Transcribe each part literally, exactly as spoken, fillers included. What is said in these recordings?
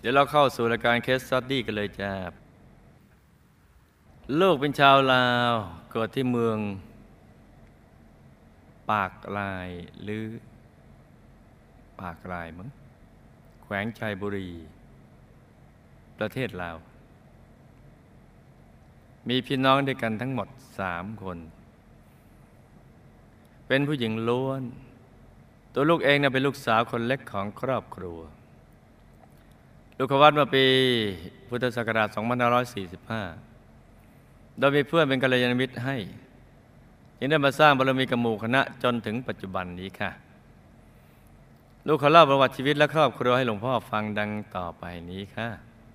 ดี๋ยวเราเข้าสู่รายการเคสสตัดดี้กันเลยจ้าลูกเป็นชาวลาวเกิดที่เมืองปากลายหรือปากลายมั้งแขวงชัยบุรีประเทศลาวมีพี่น้องด้วยกันทั้งหมดสามคนเป็นผู้หญิงล้วนตัวลูกเองนะเป็นลูกสาวคนเล็กของครอบครัวลูกขวัญเมื่อปีพุทธศักราชสองพันห้าร้อยสี่สิบห้าโดยมีเพื่อนเป็นกัลยาณมิตรให้จึงได้มาสร้างบารมีกับหมู่คณะจนถึงปัจจุบันนี้ค่ะลูกขอเล่าประวัติชีวิตและครอบครัวให้หลวงพ่อฟังดังต่อไปนี้ค่ะ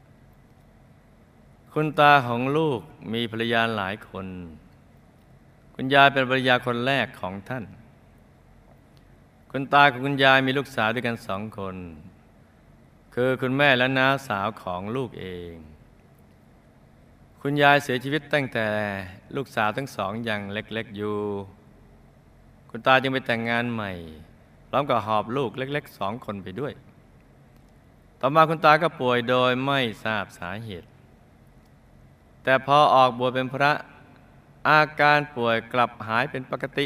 คุณตาของลูกมีภรรยาหลายคนคุณยายเป็นภรรยาคนแรกของท่านคุณตากับคุณยายมีลูกสาวด้วยกันสองคนคือคุณแม่และน้าสาวของลูกเองคุณยายเสียชีวิตตั้งแต่ลูกสาวทั้งสองยังเล็กๆอยู่คุณตาจึงไปแต่งงานใหม่พร้อมกับหอบลูกเล็กๆสองคนไปด้วยต่อมาคุณตาก็ป่วยโดยไม่ทราบสาเหตุแต่พอออกบวชเป็นพระอาการป่วยกลับหายเป็นปกติ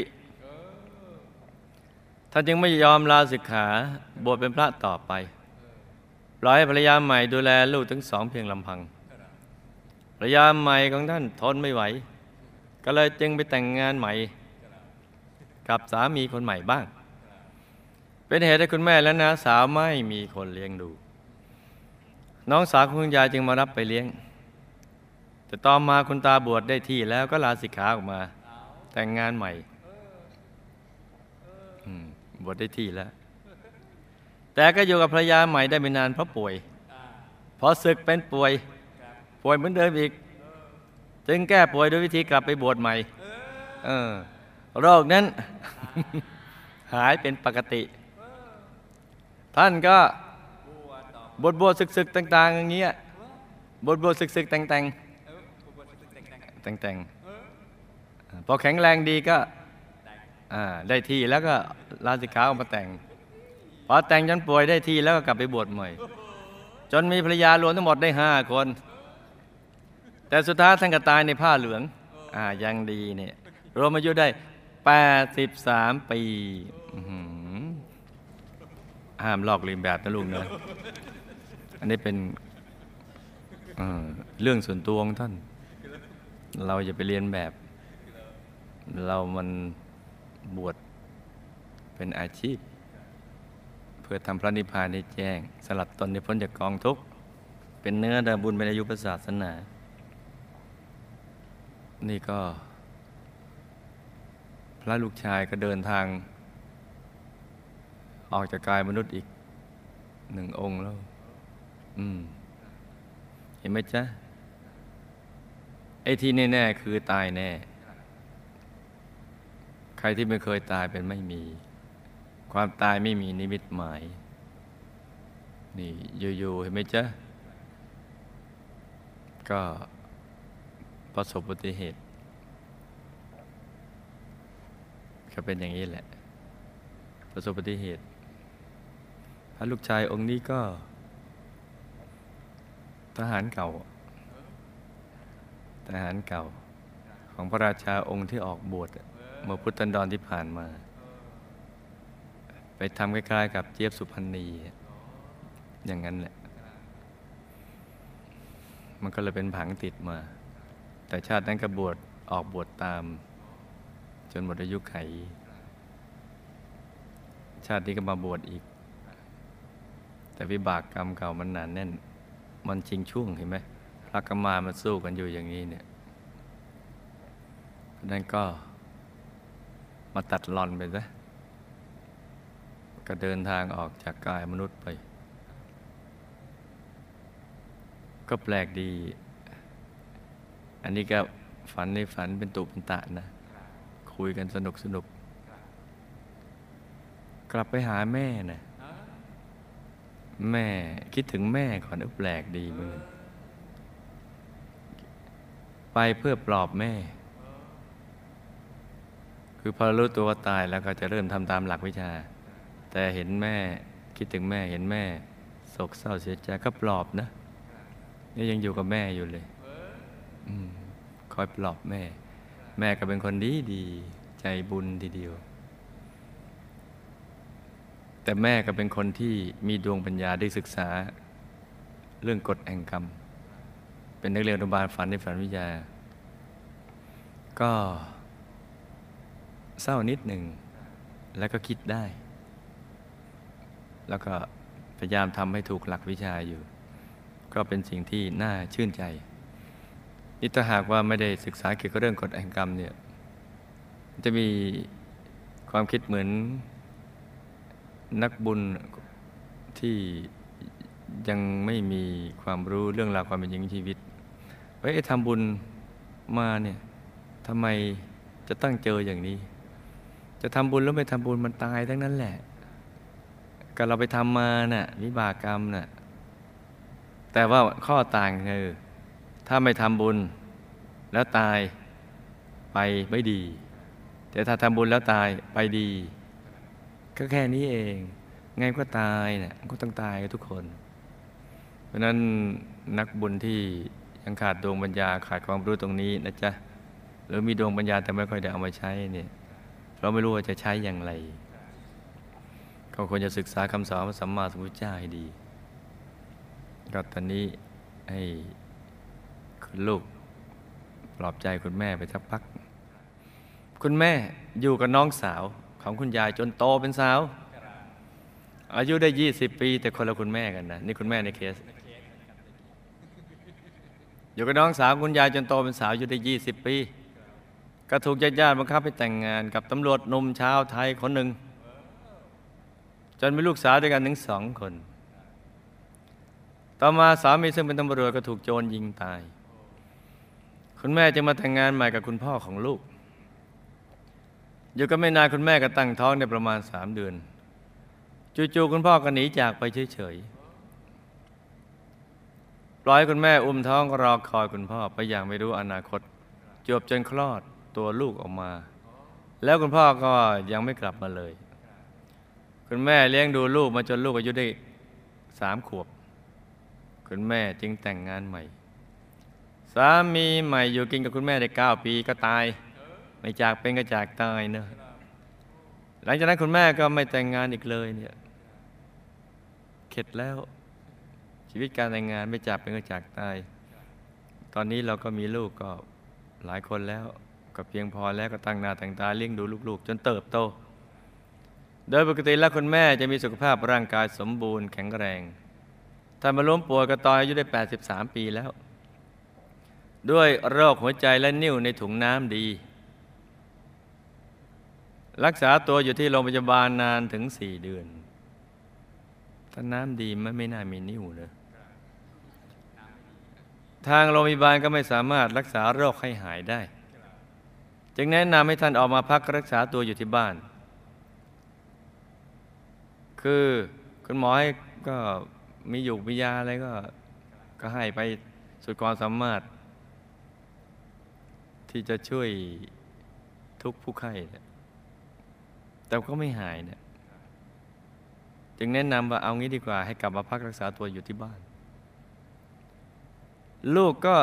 ท่านจึงไม่ยอมลาสิกขาบวชเป็นพระต่อไปปล่อยให้ภรรยาใหม่ดูแลลูกทั้งสองเพียงลำพังภรรยาใหม่ของท่านทนไม่ไหวก็เลยจึงไปแต่งงานใหม่กับสามีคนใหม่บ้างเป็นเหตุให้คุณแม่และน้าสาวไม่มีคนเลี้ยงดูน้องสาวของคุณยายจึงมารับไปเลี้ยงแต่ต่อมาคุณตาบวชได้ที่แล้วก็ลาสิกขาออกมาแต่งงานใหม่บวชได้ที่แล้วแต่ก็อยู่กับภรรยาใหม่ได้ไม่นานเพราะป่วยพอศึกเป็นป่วยป่วยเหมือนเดิมอีกจึงแก้ป่วยด้วยวิธีกลับไปบวชใหม่เออโรคนั้น หายเป็นปกติท่านก็บวชบวชศึกๆต่างๆอย่างเงี้ยบวชบวชศึกๆแต่งๆแต่งๆพอแข็งแรงดีก็ได้ที่แล้วก็ลาสิกขาออกมาแต่งพอแต่งจนป่วยได้ที่แล้วก็กลับไปบวชใหม่จนมีภรรยารวมทั้งหมดได้ห้าคนแต่สุดท้ายท่านก็ตายในผ้าเหลืองอ่ายังดีเนี่ยรวมอายุได้แปดสิบสามปีห้ามลอกเลียนแบบนะลุงนะอันนี้เป็นเ, เรื่องส่วนตัวของท่านเราอย่าไปเรียนแบบเรามันบวชเป็นอาชีพเพื่อทำพระนิพพานให้แจ้งสลัดตนให้พ้นจากกองทุกข์เป็นเนื้อดาบุญเป็นอายุพระศาสนานี่ก็พระลูกชายก็เดินทางออกจากกายมนุษย์อีกหนึ่งองค์แล้วอืมเห็นไหมจ๊ะไอ้ที่แน่ๆคือตายแน่ใครที่ไม่เคยตายเป็นไม่มีความตายไม่มีนิมิตหมายนี่อยู่ๆเห็นไหมจ๊ะก็ประสบอุบัติเหตุก็เป็นอย่างนี้แหละประสบอุบัติเหตุพระลูกชายองค์นี้ก็ทหารเก่าทหารเก่าของพระราชาองค์ที่ออกบวชเมื่อพุทธันดรที่ผ่านมาไปทำคล้ายๆกับเจี๊ยบสุพรรณีอย่างนั้นแหละมันก็เลยเป็นผังติดมาแต่ชาตินั้นก็บวชออกบวชตามจนหมดอายุไขชาตินี้ก็มาบวชอีกแต่วิบากกรรมเก่ามันหนาแน่นมันชิงช่วงเห็นไหมพระกรรมามาสู้กันอยู่อย่างนี้เนี่ยนั้นก็มาตัดรอนไปซะก็เดินทางออกจากกายมนุษย์ไปก็แปลกดีอันนี้ก็ฝันในฝันเป็นตุเป็นตะนะคุยกันสนุกสนุกกลับไปหาแม่นะแม่คิดถึงแม่ก่อนแปลกดีเหมือนไปเพื่อปลอบแม่คือพอรู้ตัวว่าตายแล้วก็จะเริ่มทำตามหลักวิชาแต่เห็นแม่คิดถึงแม่เห็นแม่โศกเศร้าเสียใจก็ปลอบนะนี่ยังอยู่กับแม่อยู่เลยอืมคอยปลอบแม่ แม่ก็เป็นคนดีดีใจบุญทีเดียวแต่แม่ก็เป็นคนที่มีดวงปัญญาได้ศึกษาเรื่องกฎแห่งกรรมเป็นนักเรียนอนุบาลฝันในฝันวิทยาก็เศร้านิดหนึ่งแล้วก็คิดได้แล้วก็พยายามทำให้ถูกหลักวิชาอยู่ก็เป็นสิ่งที่น่าชื่นใจนี่ถ้าหากว่าไม่ได้ศึกษาเกี่ยวกับเรื่องกฎแห่งกรรมเนี่ยจะมีความคิดเหมือนนักบุญที่ยังไม่มีความรู้เรื่องราวความเป็นจริงชีวิตเฮ้ยทำบุญมาเนี่ยทำไมจะต้องเจออย่างนี้จะทำบุญแล้วไม่ทำบุญมันตายทั้งนั้นแหละก็เราไปทำมาน่ะวิบากกรรมน่ะแต่ว่าข้อต่างคือถ้าไม่ทำบุญแล้วตายไปไม่ดีแต่ถ้าทำบุญแล้วตายไปดีก็แค่นี้เองไงก็ตายเนี่ยก็ต้องตายทุกคนเพราะนั้นนักบุญที่ยังขาดดวงปัญญาขาดความรู้ตรงนี้นะจ๊ะหรือมีดวงปัญญาแต่ไม่ค่อยได้เอามาใช้เนี่ยเราไม่รู้ว่าจะใช้อย่างไรก็ควรจะศึกษาคำสอนพระสัมมาสัมพุทธเจ้าให้ดีก็ตอนนี้ให้คุณลูกปลอบใจคุณแม่ไปสักพักคุณแม่อยู่กับน้องสาวของคุณยายจนโตเป็นสาวอายุได้ยี่สิบปีแต่คนละคุณแม่กันนะนี่คุณแม่ในเคสอยู่กับน้องสาวคุณยายจนโตเป็นสาวอายุได้ยี่สิบปีก็ถูกญาติญาติบังคับให้แต่งงานกับตำรวจหนุ่มชาวไทยคนหนึ่งจนมีลูกสาวด้วยกันถึงสองคนต่อมาสามีซึ่งเป็นตำรวจก็ถูกโจรยิงตายคุณแม่จึงมาแต่งงานใหม่กับคุณพ่อของลูกอยู่กันไม่นานคุณแม่ก็ตั้งท้องได้ประมาณสามเดือนจู่ๆคุณพ่อก็หนีจากไปเฉยๆปล่อยคุณแม่อุ้มท้องรอคอยคุณพ่อไปอย่างไม่รู้อนาคตจวบจนคลอดตัวลูกออกมาแล้วคุณพ่อก็ยังไม่กลับมาเลยคุณแม่เลี้ยงดูลูกมาจนลูกอายุได้สามขวบคุณแม่จึงแต่งงานใหม่สามีใหม่อยู่กินกับคุณแม่ได้เก้าปีก็ตายไม่จากเป็นก็จากตายเนอะหลังจากนั้นคุณแม่ก็ไม่แต่งงานอีกเลยเนี่ยเข็ดแล้วชีวิตการแต่งงานไม่จากเป็นก็จากตายตอนนี้เราก็มีลูกก็หลายคนแล้วก็เพียงพอแล้วก็ตั้งหน้าตั้งตาเลี้ยงดูลูกๆจนเติบโตโดยปกติแล้วคุณแม่จะมีสุขภาพร่างกายสมบูรณ์แข็งแรงท่านมาล้มป่วยก็ตอนอายุได้แปดสิบสามปีแล้วด้วยโรคหัวใจและนิ่วในถุงน้ำดีรักษาตัวอยู่ที่โรงพยาบาลนานถึงสี่เดือนถ้าน้ำดีมันไม่น่ามีนิ่วเลยทางโรงพยาบาลก็ไม่สามารถรักษาโรคให้หายได้จึงแนะนำให้ท่านออกมาพักรักษาตัวอยู่ที่บ้านคือคุณหมอให้ก็มีอยู่มียาอะไรก็ก็ให้ไปสุดความสามารถที่จะช่วยทุกผู้ไข้แต่ก็ไม่หายเนี่ยจึงแนะนำว่าเอางี้ดีกว่าให้กลับมาพักรักษาตัวอยู่ที่บ้านลูกก็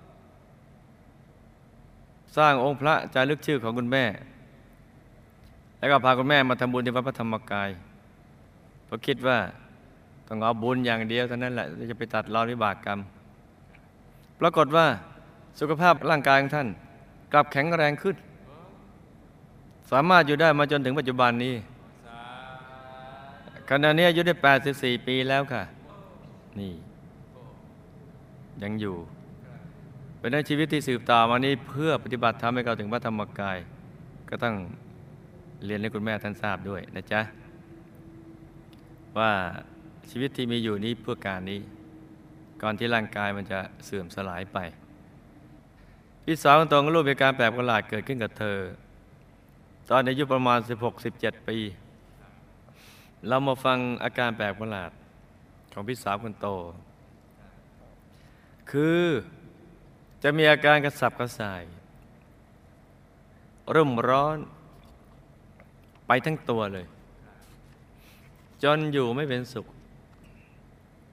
สร้างองค์พระจารึกชื่อของคุณแม่แล้วก็พาคุณแม่มาทำบุญที่วัดพระธรรมกายเพราะคิดว่าต้องเอาบุญอย่างเดียวเท่านั้นแหละจะไปตัดรอนวิบากกรรมปรากฏว่าสุขภาพร่างกายของท่านกลับแข็งแรงขึ้นสามารถอยู่ได้มาจนถึงปัจจุบันนี้ขณะนี้อายุได้แปดสิบสี่ปีแล้วค่ะนี่ยังอยู่เป็นในชีวิตที่สืบต่อมานี้เพื่อปฏิบัติธรรมให้เข้าถึงพระธรรมกายก็ต้องเรียนให้คุณแม่ท่านทราบด้วยนะจ๊ะว่าชีวิตที่มีอยู่นี้เพื่อการนี้ก่อนที่ร่างกายมันจะเสื่อมสลายไปพี่สาวของตนก็รู้เหตุการณ์แปลกประหลาดเกิดขึ้นกับเธอตอนอายุประมาณ สิบหกสิบเจ็ด ปีเรามาฟังอาการแปลกประหลาดของพี่สาวคนโตคือจะมีอาการกระสับกระส่ายรุ่มร้อนไปทั้งตัวเลยจนอยู่ไม่เป็นสุข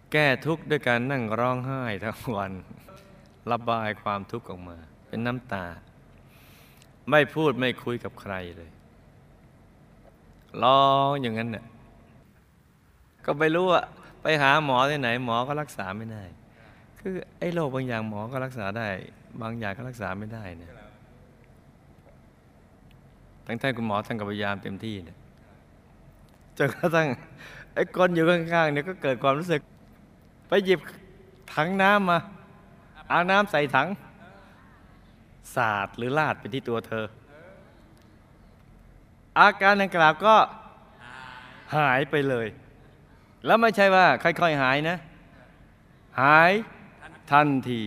แก้ทุกข์ด้วยการนั่งร้องไห้ทั้งวันระบายความทุกข์ออกมาเป็นน้ำตาไม่พูดไม่คุยกับใครเลยร้องอย่างนั้นเนี่ยก็ไม่รู้ว่าไปหาหมอที่ไหนหมอก็รักษาไม่ได้คือไอ้โรคบางอย่างหมอก็รักษาได้บางอย่างก็รักษาไม่ได้เนี่ยทั้งท่านคุณหมอท่านก็พยายามเต็มที่เนี่ยจนกระทั่งไอ้คนอยู่ข้างๆเนี่ยก็เกิดความรู้สึกไปหยิบถังน้ำมาเอาน้ำใส่ถังสาดหรือลาดไปที่ตัวเธออาการดังกล่าวก็หายไปเลยแล้วไม่ใช่ว่าค่อยๆหายนะหายทันที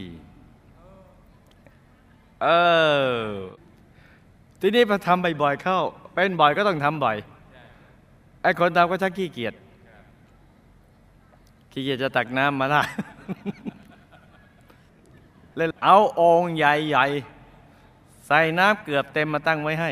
เออทีนี้พอทำบ่อยๆเข้าเป็นบ่อยก็ต้องทำบ่อยไอ้คนทำก็ชักขี้เกียจขี้เกียจจะตักน้ำมาได้ เลยเอาโอ่งใหญ่ๆใส่น้ำเกือบเต็มมาตั้งไว้ให้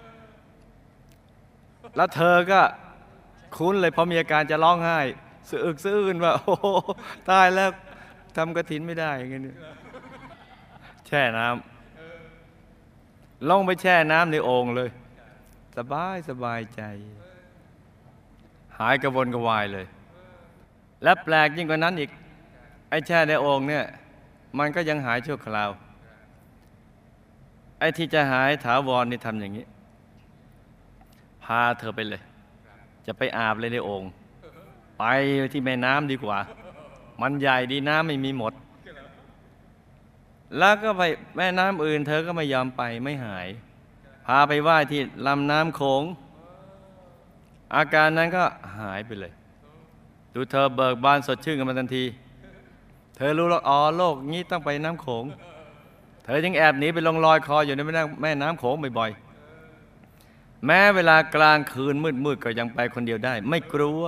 แล้วเธอก็คุ้นเลยพอมีอาการจะร้องไห้สะอึกสะอื้นว่าโอ้ตายแล้วทำกฐินไม่ได้อย่างเงี้ยแช่น้ำลงไปแช่น้ำในโอ่งเลยสบายสบายใจหายกระวนกระวายเลยและแปลกยิ่งกว่านั้นอีกไอ้แช่ในโอ่งเนี่ยมันก็ยังหายชั่วคราวไอ้ที่จะหายถาวรนี่ทำอย่างนี้พาเธอไปเลยจะไปอาบเลยในโอ่งไปที่แม่น้ำดีกว่ามันใหญ่ดีน้ำไม่มีหมดแล้วก็ไปแม่น้ำอื่นเธอก็ไม่ยอมไปไม่หายพาไปไหว้ที่ลำน้ำโขงอาการนั้นก็หายไปเลยดูเธอเบิกบานสดชื่นกันมาทันทีเธอรู้แล้วอ๋อโลกนี้ต้องไปน้ำโขงเธอยังแอบหนีไปลงลอยคออยู่ในแม่น้ำโขงบ่อยๆแม้เวลากลางคืนมืดๆก็ยังไปคนเดียวได้ไม่กลัว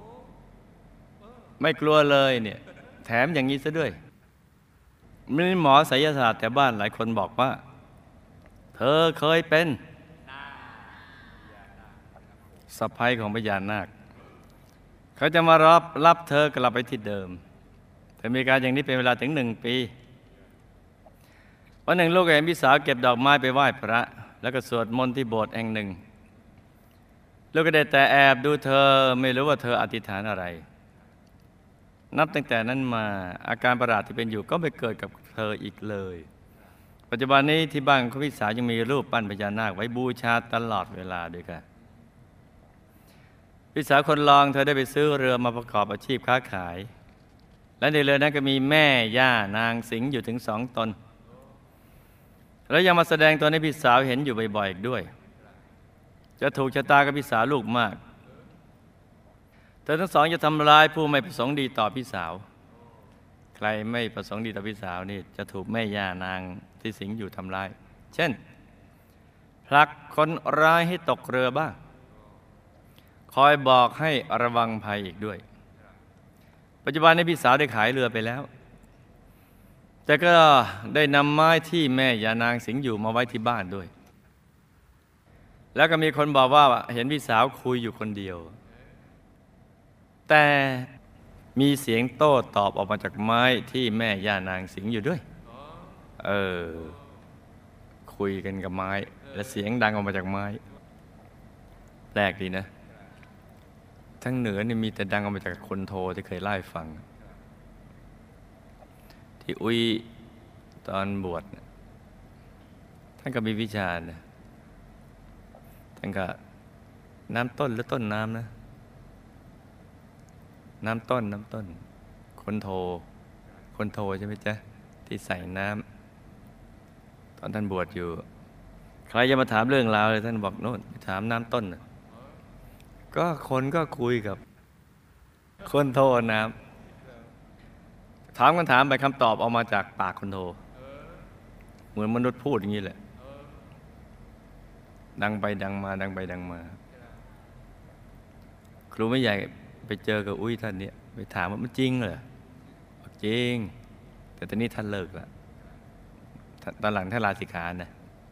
ไม่กลัวเลยเนี่ยแถมอย่างนี้ซะด้วยมีหมอไสยศาสตร์แต่บ้านหลายคนบอกว่าเธอเคยเป็นสะใภ้ของพญานาคเขาจะมารับรับเธอกลับไปที่เดิมเธอมีการอย่างนี้เป็นเวลาถึงหนึ่งปีวันหนึ่งลูกเห็นพี่สาวเก็บดอกไม้ไปไหว้พระแล้วก็สวดมนต์ที่โบสถ์แห่งหนึ่งลูกก็ได้แต่แอบดูเธอไม่รู้ว่าเธออธิษฐานอะไรนับตั้งแต่นั้นมาอาการประหลาดที่เป็นอยู่ก็ไม่เกิดกับเธออีกเลยปัจจุบันนี้ที่บ้านของพี่สาวยังมีรูปปั้นพญานาคไว้บูชาตลอดเวลาด้วยกันพี่สาวคนรองเธอได้ไปซื้อเรือมาประกอบอาชีพค้าขายและในเรือนั้นก็มีแม่ย่านางสิงอยู่ถึงสองตนแล้วยังมาแสดงตัวให้พี่สาวเห็นอยู่บ่อยๆอีกด้วยจะถูกชะตากับพี่สาวลูกมากเธอทั้งสองจะทำร้ายผู้ไม่ประสงค์ดีต่อพี่สาวใครไม่ประสงค์ดีต่อพี่สาวนี่จะถูกแม่ย่านางที่สิงอยู่ทำร้ายเช่นผลักคนร้ายให้ตกเรือบ้างคอยบอกให้ระวังภัยอีกด้วยปัจจุบันนี้พี่สาวได้ขายเรือไปแล้วแต่ก็ได้นำไม้ที่แม่ย่านางสิงอยู่มาไว้ที่บ้านด้วยแล้วก็มีคนบอกว่าเห็นพี่สาวคุยอยู่คนเดียวแต่มีเสียงโต้ตอบออกมาจากไม้ที่แม่ย่านางสิงอยู่ด้วยเออคุยกันกับไม้และเสียงดังออกมาจากไม้แปลกดีนะทั้งเหนือนี่มีแต่ดังออกมาจากคนโทที่เคยเล่าให้ฟังที่อุ้ยตอนบวชท่านก็มีวิชานะท่านก็น้ำต้นหรือต้นน้ำนะน้ำต้นน้ำต้นคนโทคนโทใช่ไหมจ๊ะที่ใส่น้ำตอนท่านบวชอยู่ใครจะมาถามเรื่องราวเลยท่านบอกโน่นถามน้ำต้นก็คนก็คุยกับคนโทน้ำถามกันถามไปคำตอบออกมาจากปากคนโทเหมือนมนุษย์พูดอย่างนี้แหละดังไปดังมาดังไปดังมาครูไม่ใหญ่ไปเจอกับอุ้ยท่านเนี่ยไปถามว่ามันจริงเหรอจริงแต่ตอนนี้ท่านเลิกแล้วตอนหลังท่านลาสิกขานะ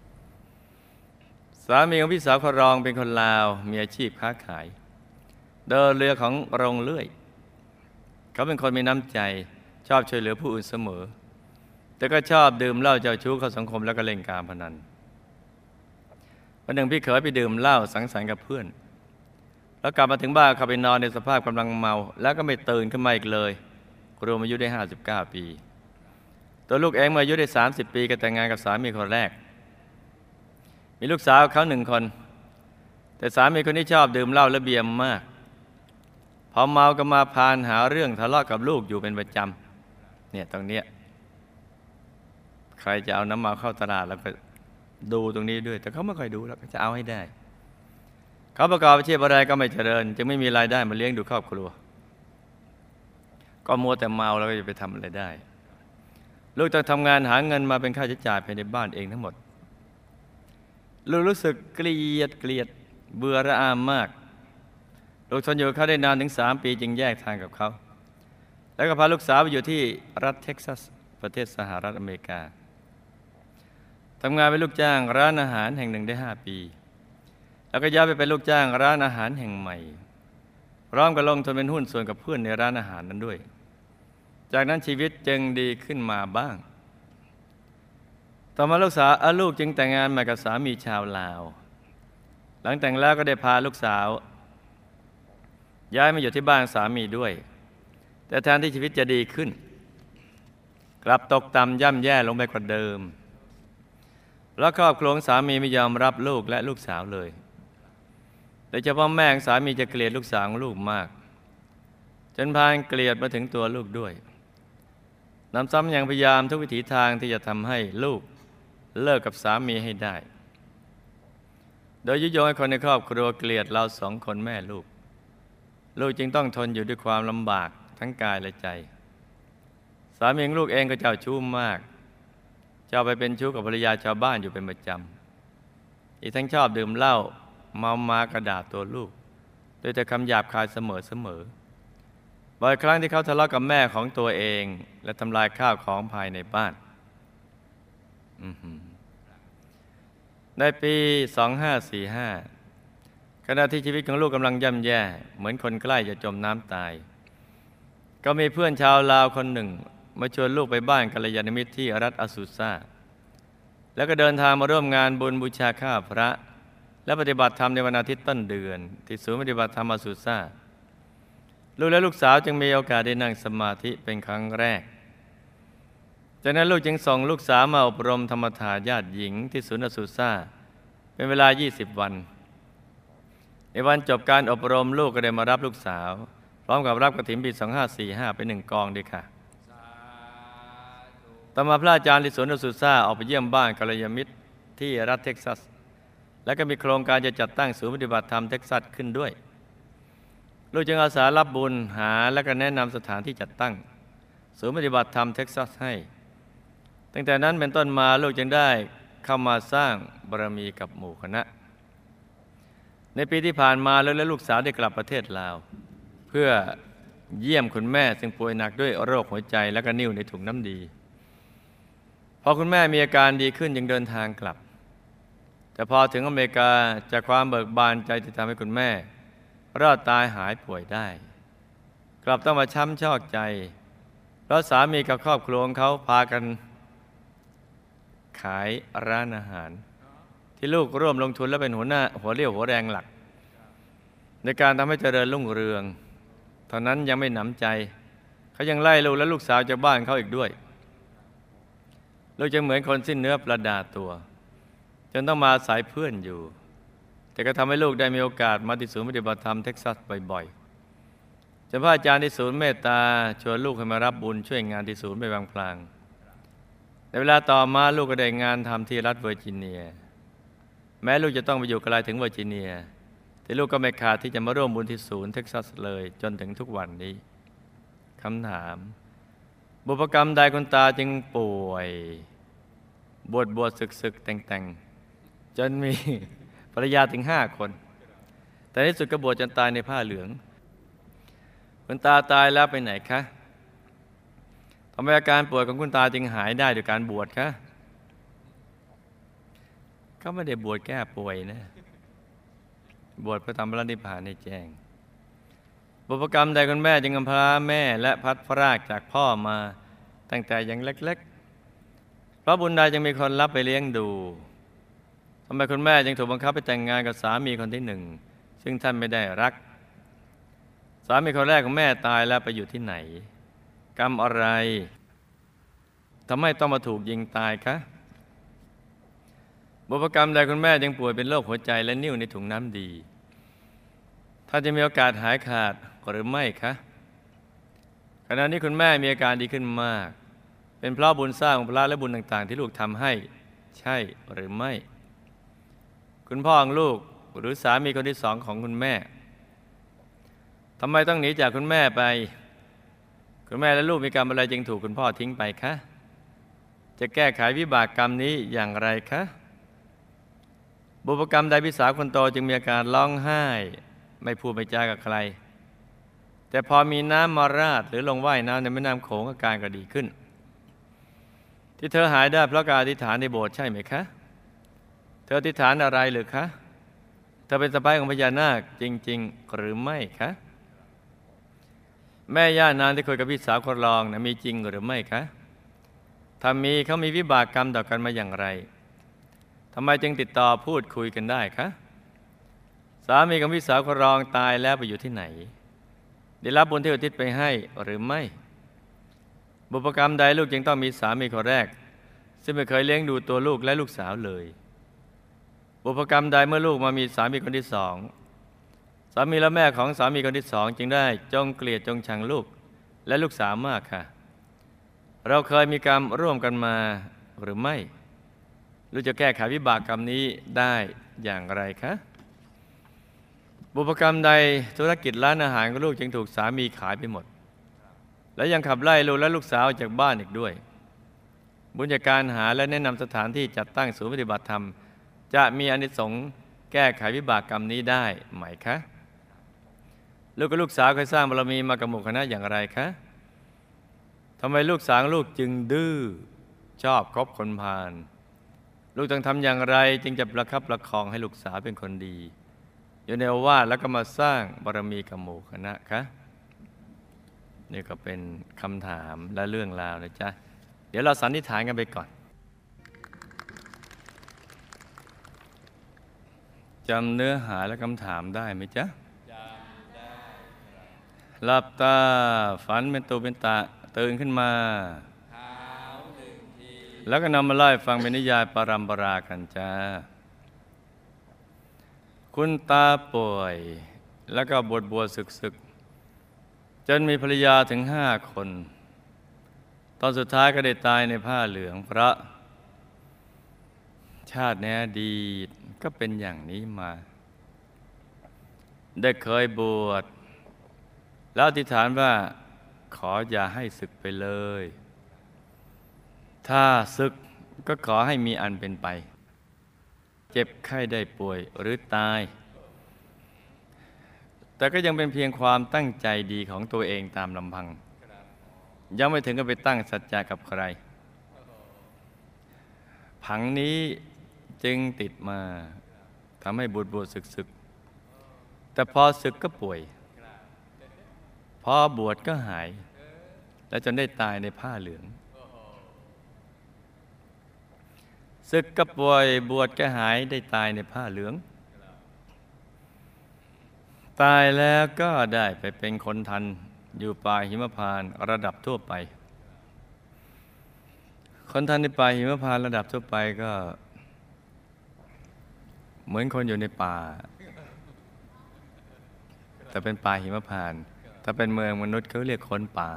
สามีของพี่สาวคนรองเป็นคนลาวมีอาชีพค้าขายเดินเรือของโรงเลื่อยเขาเป็นคนมีน้ำใจชอบช่วยเหลือผู้อื่นเสมอแต่ก็ชอบดื่มเหล้าเจ้าชู้เข้าสังคมแล้วก็เล่นการพนันวันหนึ่งพี่เขยไปดื่มเหล้าสังสรรค์กับเพื่อนแล้วกลับมาถึงบ้านเขาไปนอนในสภาพกำลังเมาแล้วก็ไม่ตื่นขึ้นมาอีกเลยรวมอายุได้ห้าสิบเก้าปีตัวลูกเองเมื่ออายุได้สามสิบปีก็แต่งงานกับสามีคนแรกมีลูกสาวเขาหนึ่งคนแต่สามีคนนี้ชอบดื่มเหล้าและเบียร์มากพอเมาก็มาพานหาเรื่องทะเลาะกับลูกอยู่เป็นประจำเนี่ยตรงเนี้ยใครจะเอาน้ำเมาเข้าตลาดแล้วก็ดูตรงนี้ด้วยแต่เขาไม่ค่อยดูแล้วก็จะเอาให้ได้เขาประกอบอาชีพอะไรก็ไม่เจริญจึงไม่มีรายได้มาเลี้ยงดูครอบครัวก็มัวแต่เมาแล้วก็จะไปทำอะไรได้ลูกต้องทำงานหาเงินมาเป็นค่าใช้จ่ายภายในบ้านเองทั้งหมดลูกรู้สึกเกลียดเกลียดเบื่อระอามมากลูกทนอยู่กับเขาได้นานถึงสามปีจึงแยกทางกับเขาแล้วก็พาลูกสาวไปอยู่ที่รัฐเท็กซัสประเทศสหรัฐอเมริกาทำงานเป็นลูกจ้างร้านอาหารแห่งหนึ่งได้ห้าปีแล้วก็ย้ายไปเป็นลูกจ้างร้านอาหารแห่งใหม่พร้อมกับลงทุนเป็นหุ้นส่วนกับเพื่อนในร้านอาหารนั้นด้วยจากนั้นชีวิตจึงดีขึ้นมาบ้างต่อมาลูกสาวลูกจึงแต่งงานใหม่กับสามีชาวลาวหลังแต่งแล้วก็ได้พาลูกสาวย้ายมาอยู่ที่บ้านสามีด้วยแต่แทนที่ชีวิตจะดีขึ้นกลับตกต่ำย่ำแย่ลงไปกว่าเดิมแล้วครอบครัวของสามีไม่ยอมรับลูกและลูกสาวเลยโดยเฉพาะแม่ของสามีจะเกลียดลูกสาวของลูกมากจนพานเกลียดมาถึงตัวลูกด้วยนำซ้ำยังพยายามทุกวิถีทางที่จะทำให้ลูกเลิกกับสามีให้ได้โดยยุยงให้คนในครอบครัวเกลียดเราสองคนแม่ลูกลูกจึงต้องทนอยู่ด้วยความลำบากทั้งกายและใจสามีของลูกเองก็เจ้าชู้มากเจ้าไปเป็นชู้กับภรรยาชาวบ้านอยู่เป็นประจำอีกทั้งชอบดื่มเหล้าเมามากระดาษตัวลูกโดยแต่คำหยาบคายเสมอเสมอบ่อยครั้งที่เขาทะเลาะกับแม่ของตัวเองและทำลายข้าวของภายในบ้านในปีสองห้าสี่ห้าขณะที่ชีวิตของลูกกำลังย่ำแย่เหมือนคนใกล้จะจมน้ำตายก็มีเพื่อนชาวลาวคนหนึ่งมาชวนลูกไปบ้านกัลยาณมิตรที่รัฐอาซูซาแล้วก็เดินทางมาร่วมงานบุญบูชาข้าพระและปฏิบัติธรรมในวันอาทิตย์ต้นเดือนที่ศูนย์ปฏิบัติธรรมอาซูซาลูกและลูกสาวจึงมีโอกาสได้นั่งสมาธิเป็นครั้งแรกจากนั้นลูกจึงส่งลูกสาวมาอบรมธรรมทายาทหญิงที่ศูนย์อาซูซาเป็นเวลายี่สิบวันในวันจบการอบรมลูกก็ได้มารับลูกสาวพร้อมกับรับกฐินปีสองห้าสี่ห้าไปหนึ่งกองด้วยค่ะต่อมาพระอาจารย์ที่สวนอสุซ่าออกไปเยี่ยมบ้านกัลยาณมิตรที่รัฐเท็กซัสและก็มีโครงการจะจัดตั้งศูนย์ปฏิบัติธรรมเท็กซัสขึ้นด้วยลูกจึงอาสารับบุญหาและก็แนะนำสถานที่จัดตั้งศูนย์ปฏิบัติธรรมเท็กซัสให้ตั้งแต่นั้นเป็นต้นมาลูกจึงได้เข้ามาสร้างบารมีกับหมู่คณะในปีที่ผ่านมาลูกและลูกสาวได้กลับประเทศลาวเพื่อเยี่ยมคุณแม่ซึ่งป่วยหนักด้วยโรคหัวใจและก็นิ่วในถุงน้ำดีพอคุณแม่มีอาการดีขึ้นจึงเดินทางกลับแต่พอถึงอเมริกาจากความเบิกบานใจที่ทำให้คุณแม่รอดตายหายป่วยได้กลับต้องมาช้ำชอกใจเพราะสามีกับครอบครัวของเขาพากันขายร้านอาหารที่ลูกร่วมลงทุนและเป็นหัวหน้าหัวเรี่ยวหัวแรงหลักในการทำให้เจริญรุ่งเรืองเท่านั้นยังไม่หนำใจเขายังไล่ลูกและลูกสาวจากบ้านเขาอีกด้วยลูกจึงเหมือนคนสิ้นเนื้อประดาตัวจนต้องมาอาศัยเพื่อนอยู่แต่ก็ทำให้ลูกได้มีโอกาสมาที่ศูนย์ปฏิบัติธรรมเท็กซัสบ่อยๆจนพระอาจารย์ที่ศูนย์เมตตาชวนลูกให้มารับบุญช่วยงานที่ศูนย์ไปบางพลางในเวลาต่อมาลูกก็ได้งานทำที่รัฐเวอร์จิเนียแม้ลูกจะต้องไปอยู่ไกลถึงเวอร์จิเนียแต่ลูกก็ไม่ขาดที่จะมาร่วมบุญที่ศูนย์เท็กซัสเลยจนถึงทุกวันนี้คำถามบุพกรรมใดคุณตาจึงป่วยบวชบวชศึกศึกแต่งแต่งจนมีภรรยาถึงห้าคนแต่ในสุดก็บวชจนตายในผ้าเหลืองคุณตาตายแล้วไปไหนคะทำไมอาการป่วยของคุณตาจึงหายได้โดยการบวชคะเขาไม่ได้บวชแก้ป่วยนะบวชเพื่อทำพระนิพพานให้แจ้งบุพกรรมใดคุณแม่จึงกำพร้าแม่และพัดพรากจากพ่อมาตั้งแต่ยังเล็กๆเพราะบุญใดจึงมีคนรับไปเลี้ยงดูทำไมคุณแม่จึงถูกบังคับไปแต่งงานกับสามีคนที่หนึ่งซึ่งท่านไม่ได้รักสามีคนแรกของแม่ตายแล้วไปอยู่ที่ไหนกรรมอะไรทำไมต้องมาถูกยิงตายคะบุพกรรมใดคุณแม่จึงป่วยเป็นโรคหัวใจและนิ่วในถุงน้ำดีท่านจะมีโอกาสหายขาดหรือไม่คะขณะนี้คุณแม่มีอาการดีขึ้นมากเป็นเพราะบุญสร้างของพระและบุญต่างๆที่ลูกทำให้ใช่หรือไม่คุณพ่อของลูกหรือสามีคนที่สองของคุณแม่ทำไมต้องหนีจากคุณแม่ไปคุณแม่และลูกมีกรรมอะไรจึงถูกคุณพ่อทิ้งไปคะจะแก้ไขวิบากกรรมนี้อย่างไรคะบุพกรรมใดพี่สาวคนโตจึงมีอาการร้องไห้ไม่พูดไม่จากับใครแต่พอมีน้ำมาราดหรือลงว่ายน้ำในแม่น้ำโขงอาการก็ดีขึ้นที่เธอหายได้เพราะการอธิษฐานในโบสถ์ใช่ไหมคะเธออธิษฐานอะไรหรือคะเธอเป็นสะใภ้ของพญานาคจริงๆหรือไม่คะแม่ย่านางที่คุยกับพี่สาวคนรองนะมีจริงหรือไม่คะถ้ามีเขามีวิบากกรรมต่อกันมาอย่างไรทำไมจึงติดต่อพูดคุยกันได้คะสามีของพี่สาวคนรองตายแล้วไปอยู่ที่ไหนได้รับบุญที่อุทิศไปให้หรือไม่บุพกรรมใดลูกจึงต้องมีสามีคนแรกซึ่งไม่เคยเลี้ยงดูตัวลูกและลูกสาวเลยบุพกรรมใดเมื่อลูกมามีสามีคนที่สองสามีและแม่ของสามีคนที่สองจึงได้จงเกลียดจงชังลูกและลูกสาวมากค่ะเราเคยมีกรรมร่วมกันมาหรือไม่ลูกจะแก้ไขวิบากกรรมนี้ได้อย่างไรคะบุพกรรมใดธุรกิจร้านอาหารของลูกจึงถูกสามีขายไปหมดและยังขับไล่ลูกและลูกสาวจากบ้านอีกด้วยบุญจากการหาและแนะนำสถานที่จัดตั้งศูนย์ปฏิบัติธรรมจะมีอานิสงส์แก้ไขวิบากกรรมนี้ได้ไหมคะลูกกับลูกสาวเคยสร้างบารมีมากับหมู่คณะอย่างไรคะทำไมลูกสาวลูกจึงดื้อชอบคบคนพาลลูกต้องทำอย่างไรจึงจะประคับประคองให้ลูกสาวเป็นคนดีอยู่ในโอวาทแล้วก็มาสร้างบารมีกับหมู่คณะคะนี่ก็เป็นคำถามและเรื่องราวนะจ๊ะเดี๋ยวเราสันนิษฐานกันไปก่อนจำเนื้อหาและคำถามได้ไหมจ๊ะจำได้หลับตาฝันเป็นตัวเป็นตาตื่นขึ้นมาแล้วก็นำมาไล่ฟังเป็นนิยายปรัมปรากันจ้าคุณตาป่วยแล้วก็บวชบวชศึกศึกจนมีภรรยาถึงห้าคนตอนสุดท้ายก็ได้ตายในผ้าเหลืองเพราะชาติในอดีตก็เป็นอย่างนี้มาได้เคยบวชแล้วอธิษฐานว่าขออย่าให้ศึกไปเลยถ้าศึกก็ขอให้มีอันเป็นไปเจ็บไข้ได้ป่วยหรือตายแต่ก็ยังเป็นเพียงความตั้งใจดีของตัวเองตามลำพังยังไม่ถึงกับไปตั้งสัจจะกับใครผังนี้จึงติดมาทำให้บวชบวชศึกศึกแต่พอศึกก็ป่วยพอบวชก็หายและจนได้ตายในผ้าเหลืองศึกก็ป่วยบวชก็หายได้ตายในผ้าเหลืองตายแล้วก็ได้ไปเป็นคนทันอยู่ป่าหิมพานต์ระดับทั่วไปคนทันในป่าหิมพานต์ระดับทั่วไปก็เหมือนคนอยู่ในป่าแต่เป็นป่าหิมพานต์ถ้าเป็นเมืองมนุษย์เขาเรียกคนป่า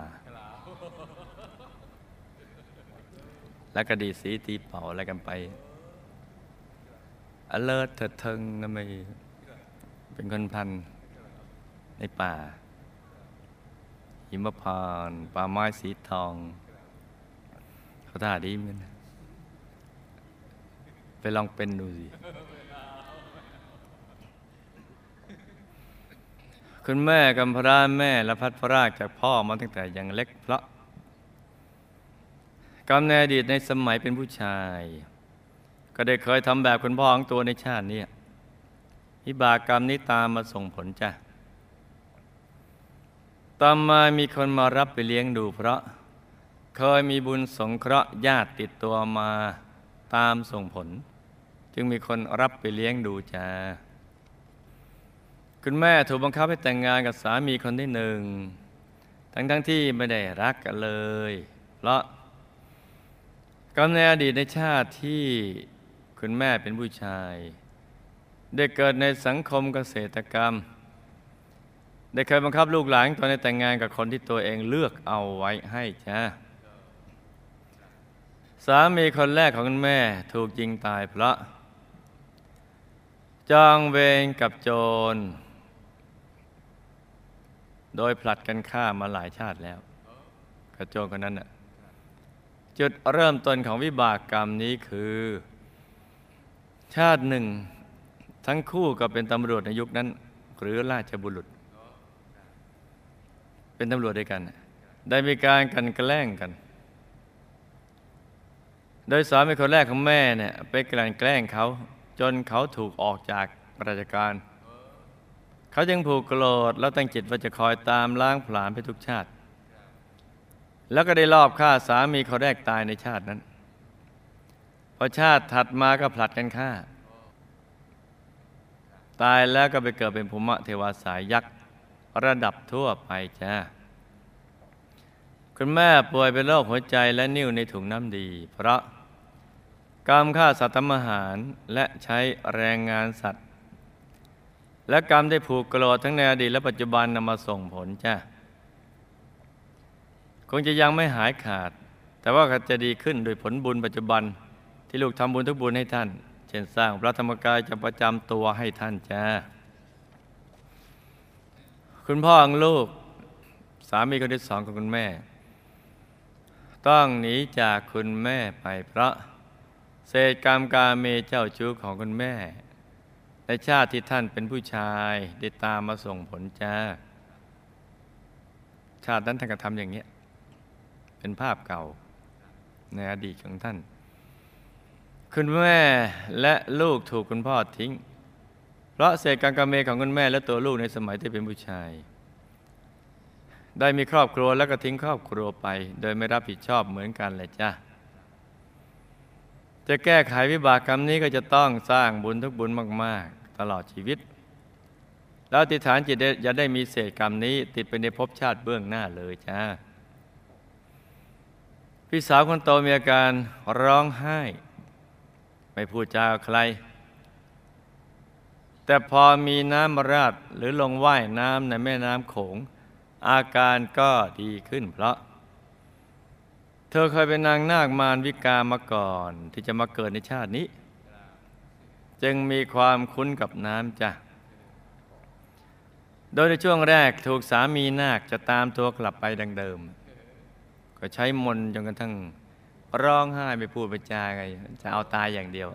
แล้วก็ดีสีตีเป่าอะไรกันไปอเลิศเถิดเทิงนะไม่เป็นคนพันในป่าหิมพานต์ป่าไม้สีทองเขาท่าดีเหมือนกันไปลองเป็นดูสิคุณแม่กำพร้าแม่และพัดพรากจากพ่อมาตั้งแต่ยังเล็กเพราะกรรมในอดีตในสมัยเป็นผู้ชายก็ได้เคยทำแบบคุณพ่อของตัวในชาตินี้วิบากกรรมนี้ตามมาส่งผลจ้ะต่อมามีคนมารับไปเลี้ยงดูเพราะเคยมีบุญสงเคราะห์ญาติติดตัวมาตามส่งผลจึงมีคนรับไปเลี้ยงดูจ้าคุณแม่ถูกบังคับให้แต่งงานกับสามีคนที่หนึ่งทั้งทั้งที่ไม่ได้รักกันเลยเพราะกรรมในอดีตในชาติที่คุณแม่เป็นผู้ชายได้เกิดในสังคมเกษตรกรรมได้เคยบังคับลูกหลานตัวในแต่งงานกับคนที่ตัวเองเลือกเอาไว้ให้จ้าสามีคนแรกของคุณแม่ถูกยิงตายเพราะจองเวรกับโจรโดยผลัดกันฆ่ามาหลายชาติแล้วกับโจรคนนั้นน่ะจุดเริ่มต้นของวิบากกรรมนี้คือชาติหนึ่งทั้งคู่ก็เป็นตำรวจในยุคนั้นหรือราชบุรุษเป็นตำรวจด้วยกันได้มีการกลั่นแกล้งกันโดยสามีคนแรกของแม่เนี่ยไปกลั่นแกล้งเขาจนเขาถูกออกจากราชการเขาจึงผูกโกรธแล้วตั้งจิตว่าจะคอยตามล้างผลาญไปทุกชาติแล้วก็ได้ลอบฆ่าสามีคนแรกตายในชาตินั้นพอชาติถัดมาก็ผลัดกันฆ่าตายแล้วก็ไปเกิดเป็นภูมิเทวาสายยักษ์ระดับทั่วไปจ้าคุณแม่ป่วยเป็นโรคหัวใจและนิ่วในถุงน้ำดีเพราะกรรมฆ่าสัตว์ทำอาหารและใช้แรงงานสัตว์และกรรมได้ผูกโกรธทั้งในอดีตและปัจจุบันนำมาส่งผลจ้าคงจะยังไม่หายขาดแต่ว่าจะดีขึ้นโดยผลบุญปัจจุบันที่ลูกทำบุญทุกบุญให้ท่านเช่นสร้างพระธรรมกายจะประจำตัวให้ท่านจ้าคุณพ่อของลูกสามีคนที่สองของคุณแม่ต้องหนีจากคุณแม่ไปเพราะเศษกรรมกาเมเจ้าชู้ของคุณแม่ในชาติที่ท่านเป็นผู้ชายได้ตามมาส่งผลจ้าชาตินั้นท่านก็ทำอย่างนี้เป็นภาพเก่าในอดีตของท่านคุณแม่และลูกถูกคุณพ่อทิ้งเพราะเศษกรรมกาเมของคุณแม่และตัวลูกในสมัยที่เป็นผู้ชายได้มีครอบครัวแล้วก็ทิ้งครอบครัวไปโดยไม่รับผิดชอบเหมือนกันเลยจ้าจะแก้ไขวิบากกรรมนี้ก็จะต้องสร้างบุญทุกบุญมากๆตลอดชีวิตแล้วอธิษฐานจิตจะได้มีเศษกรรมนี้ติดไปในภพชาติเบื้องหน้าเลยจ้าพี่สาวคนโตมีอาการร้องไห้ไม่พูดจากับใครแต่พอมีน้ำมาราดหรือลงว่ายน้ำในแม่น้ำโขงอาการก็ดีขึ้นเพราะเธอเคยเป็นนางนาคมารวิกามาก่อนที่จะมาเกิดในชาตินี้จึงมีความคุ้นกับน้ำจ้ะโดยในช่วงแรกถูกสามีนาคจะตามตัวกลับไปดังเดิมก็ใช้มนต์จนกระทั่งร้องไห้ไม่พูดไม่จาไงจะเอาตายอย่างเดียว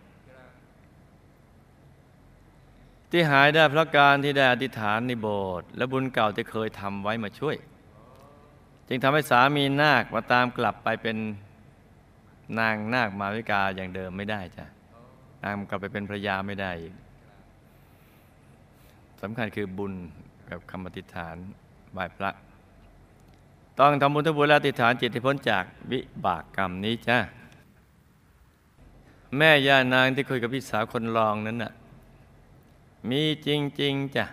ที่หายได้เพราะการที่ได้อธิษฐานในโบสถ์และบุญเก่าที่เคยทำไว้มาช่วยจึงทำให้สามีนาคมาตามกลับไปเป็นนางนาคมาวิกาอย่างเดิมไม่ได้จ้ะนางกลับไปเป็นภรรยาไม่ได้สำคัญคือบุญกับคำอธิษฐานไหว้พระต้องทำบุญทุกบุญและอธิษฐานจิตให้พ้นจากวิบากกรรมนี้จ้ะแม่ย่านางที่คุยกับพี่สาวคนรองนั้นน่ะมีจริงๆจ้ะ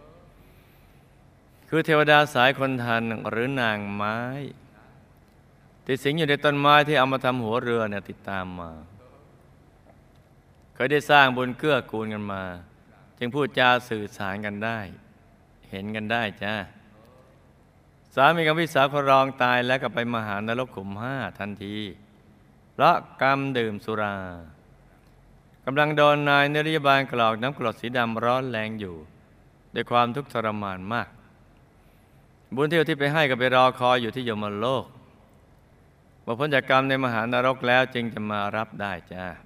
คือเทวดาสายคนทันหรือนางไม้ที่สิงอยู่ในต้นไม้ที่เอามาทำหัวเรือเนี่ยติดตามมาเคยได้สร้างบุญเกื้อกูลกันมาจึงพูดจาสื่อสารกันได้เห็นกันได้จ้าสามีกับพี่สาวคนรองตายแล้วก็ไปมหานรกขุมห้าทันทีเพราะกรรมดื่มสุรากำลังโดนนายนริยบาลกรอกน้ำกรดสีดำร้อนแรงอยู่ด้วยความทุกข์ทรมานมากบุญที่อุทิศไปให้ก็ไปรอคอยอยู่ที่ยมโลกเมื่อพ้นจากกรรมในมหานรกแล้วจึงจะมารับได้จ้า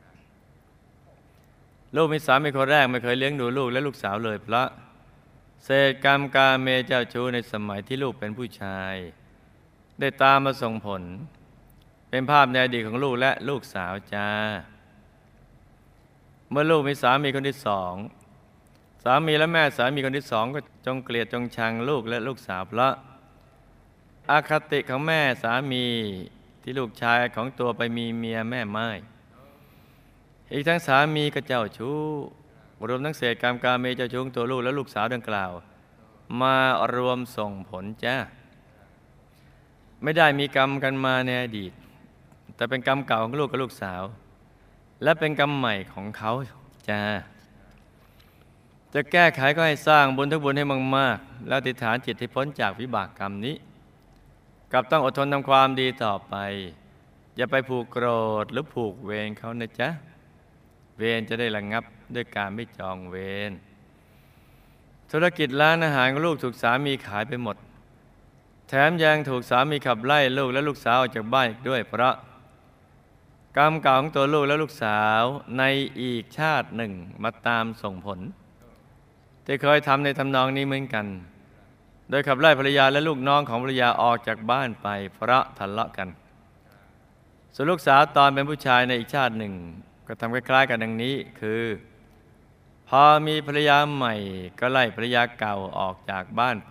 ลูกมีสามีคนแรกไม่เคยเลี้ยงดูลูกและลูกสาวเลยเพราะเศษกรรมกาเมเจ้าชู้ในสมัยที่ลูกเป็นผู้ชายได้ตามมาส่งผลเป็นภาพในอดีตของลูกและลูกสาวจ้าเมื่อลูกมีสามีคนที่สองสามีและแม่สามีคนที่สองก็จงเกลียดจงชังลูกและลูกสาวเพราะอคติของแม่สามีที่ลูกชายของตัวไปมีเมียแม่ไม้อีกทั้งสามีก็เจ้าชู้รวมทั้งเศษกรรมกาเมเจ้าชู้ตัวลูกและลูกสาวดังกล่าวมารวมส่งผลจ้าไม่ได้มีกรรมกันมาในอดีตแต่เป็นกรรมเก่าของลูกกับลูกสาวและเป็นกรรมใหม่ของเขาจ้าจะแก้ไขก็ให้สร้างบุญทุกบุญให้มากๆแล้วอธิษฐานจิตให้พ้นจากวิบากกรรมนี้กับต้องอดทนทำความดีต่อไปอย่าไปผูกโกรธหรือผูกเวรเขานะจ๊ะเวรจะได้ระงับด้วยการไม่จองเวรธุรกิจร้านอาหารของลูกถูกสามีขายไปหมดแถมยังถูกสามีขับไล่ลูกและลูกสาวออกจากบ้านอีกด้วยเพราะกรรมเก่าของตัวลูกและลูกสาวในอีกชาติหนึ่งมาตามส่งผลที่เคยทำในทำนองนี้เหมือนกันโดยขับไล่ภรรยาและลูกน้องของภรรยาออกจากบ้านไปเพราะทะเลาะกันส่วนลูกสาวตอนเป็นผู้ชายในอีกชาติหนึ่งก็ทำคล้ายๆกันดังนี้คือพอมีภรรยาใหม่ก็ไล่ภรรยาเก่าออกจากบ้านไป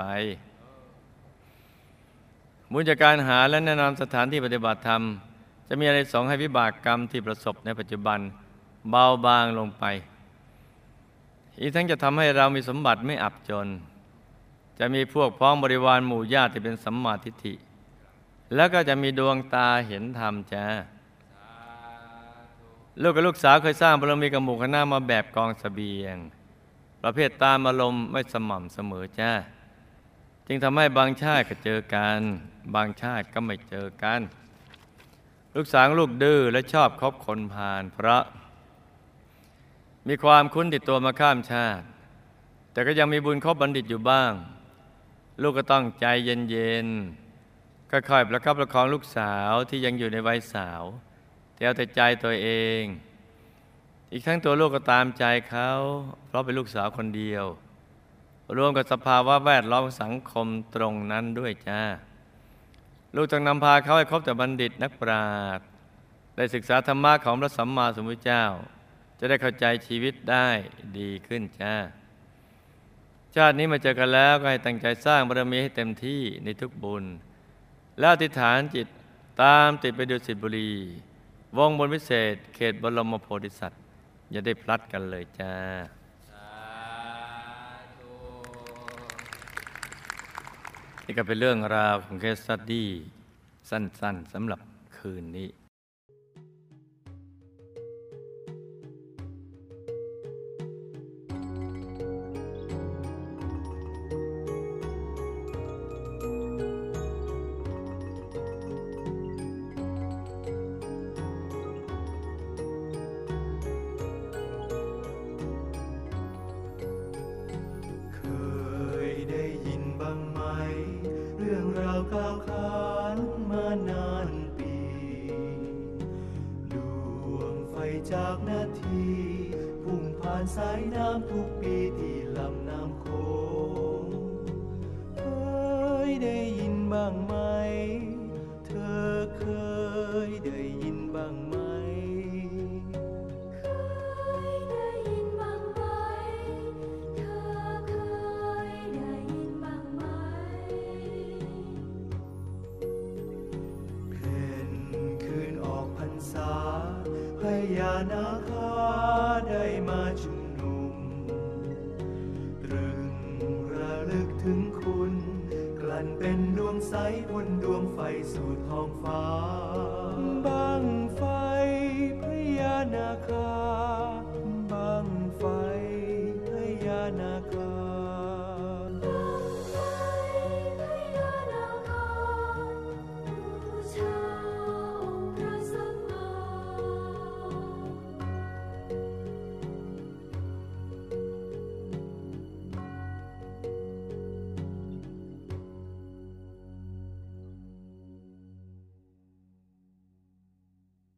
บุญจากการหาและแนะนำสถานที่ปฏิบัติธรรมจะมีอะไรสงให้วิบากกรรมที่ประสบในปัจจุบันเบาบางลงไปอีกทั้งจะทำให้เรามีสมบัติไม่อับจนจะมีพวกพ้องบริวารหมู่ญาติที่เป็นสัมมาทิฏฐิแล้วก็จะมีดวงตาเห็นธรรมจ้าลูกกับลูกสาวเคยสร้างบารมีกับหมู่คณะมาแบบกองเสบียงประเภทตามอารมณ์ไม่สม่ำเสมอจ้าจึงทำให้บางชาติก็เจอกันบางชาติก็ไม่เจอกันลูกสาวลูกดื้อและชอบคบคนพาลเพราะมีความคุ้นติดตัวมาข้ามชาติแต่ก็ยังมีบุญคบบัณฑิตอยู่บ้างลูกก็ต้องใจเย็นๆค่อยๆประคับประคองลูกสาวที่ยังอยู่ในวัยสาวแต่เอาแต่ใจตัวเองอีกทั้งตัวลูกก็ตามใจเขาเพราะเป็นลูกสาวคนเดียวรวมกับสภาวะแวดล้อมสังคมตรงนั้นด้วยจ้าลูกต้องนำพาเขาให้คบแต่บัณฑิตนักปราชญ์ได้ศึกษาธรรมะของพระสัมมาสัมพุทธเจ้าจะได้เข้าใจชีวิตได้ดีขึ้นจ้าชาตินี้มาเจอกันแล้วก็ให้ตั้งใจสร้างบารมีให้เต็มที่ในทุกบุญแล้วอธิษฐานจิตตามติดไปดุสิตบุรีวงบนวิเศษเขตบรมโพธิสัตว์อย่าได้พลัดกันเลยจ้านี่ก็เป็นเรื่องราวของเคสสตั๊ดดี้สั้นๆสำหรับคืนนี้ก้าวขานมานานปีดวงไฟจากนาทีพุ่งผ่านสายน้ำทุกปีที่ลำน้ำโขงเคยได้ยินบ้างไหมเธอเคยได้ยินบ้างไหมพญานาคาได้มาชุมนุมตรึงระลึกถึงคุณกลั่นเป็นดวงใสบนดวงไฟสู่ท้องฟ้า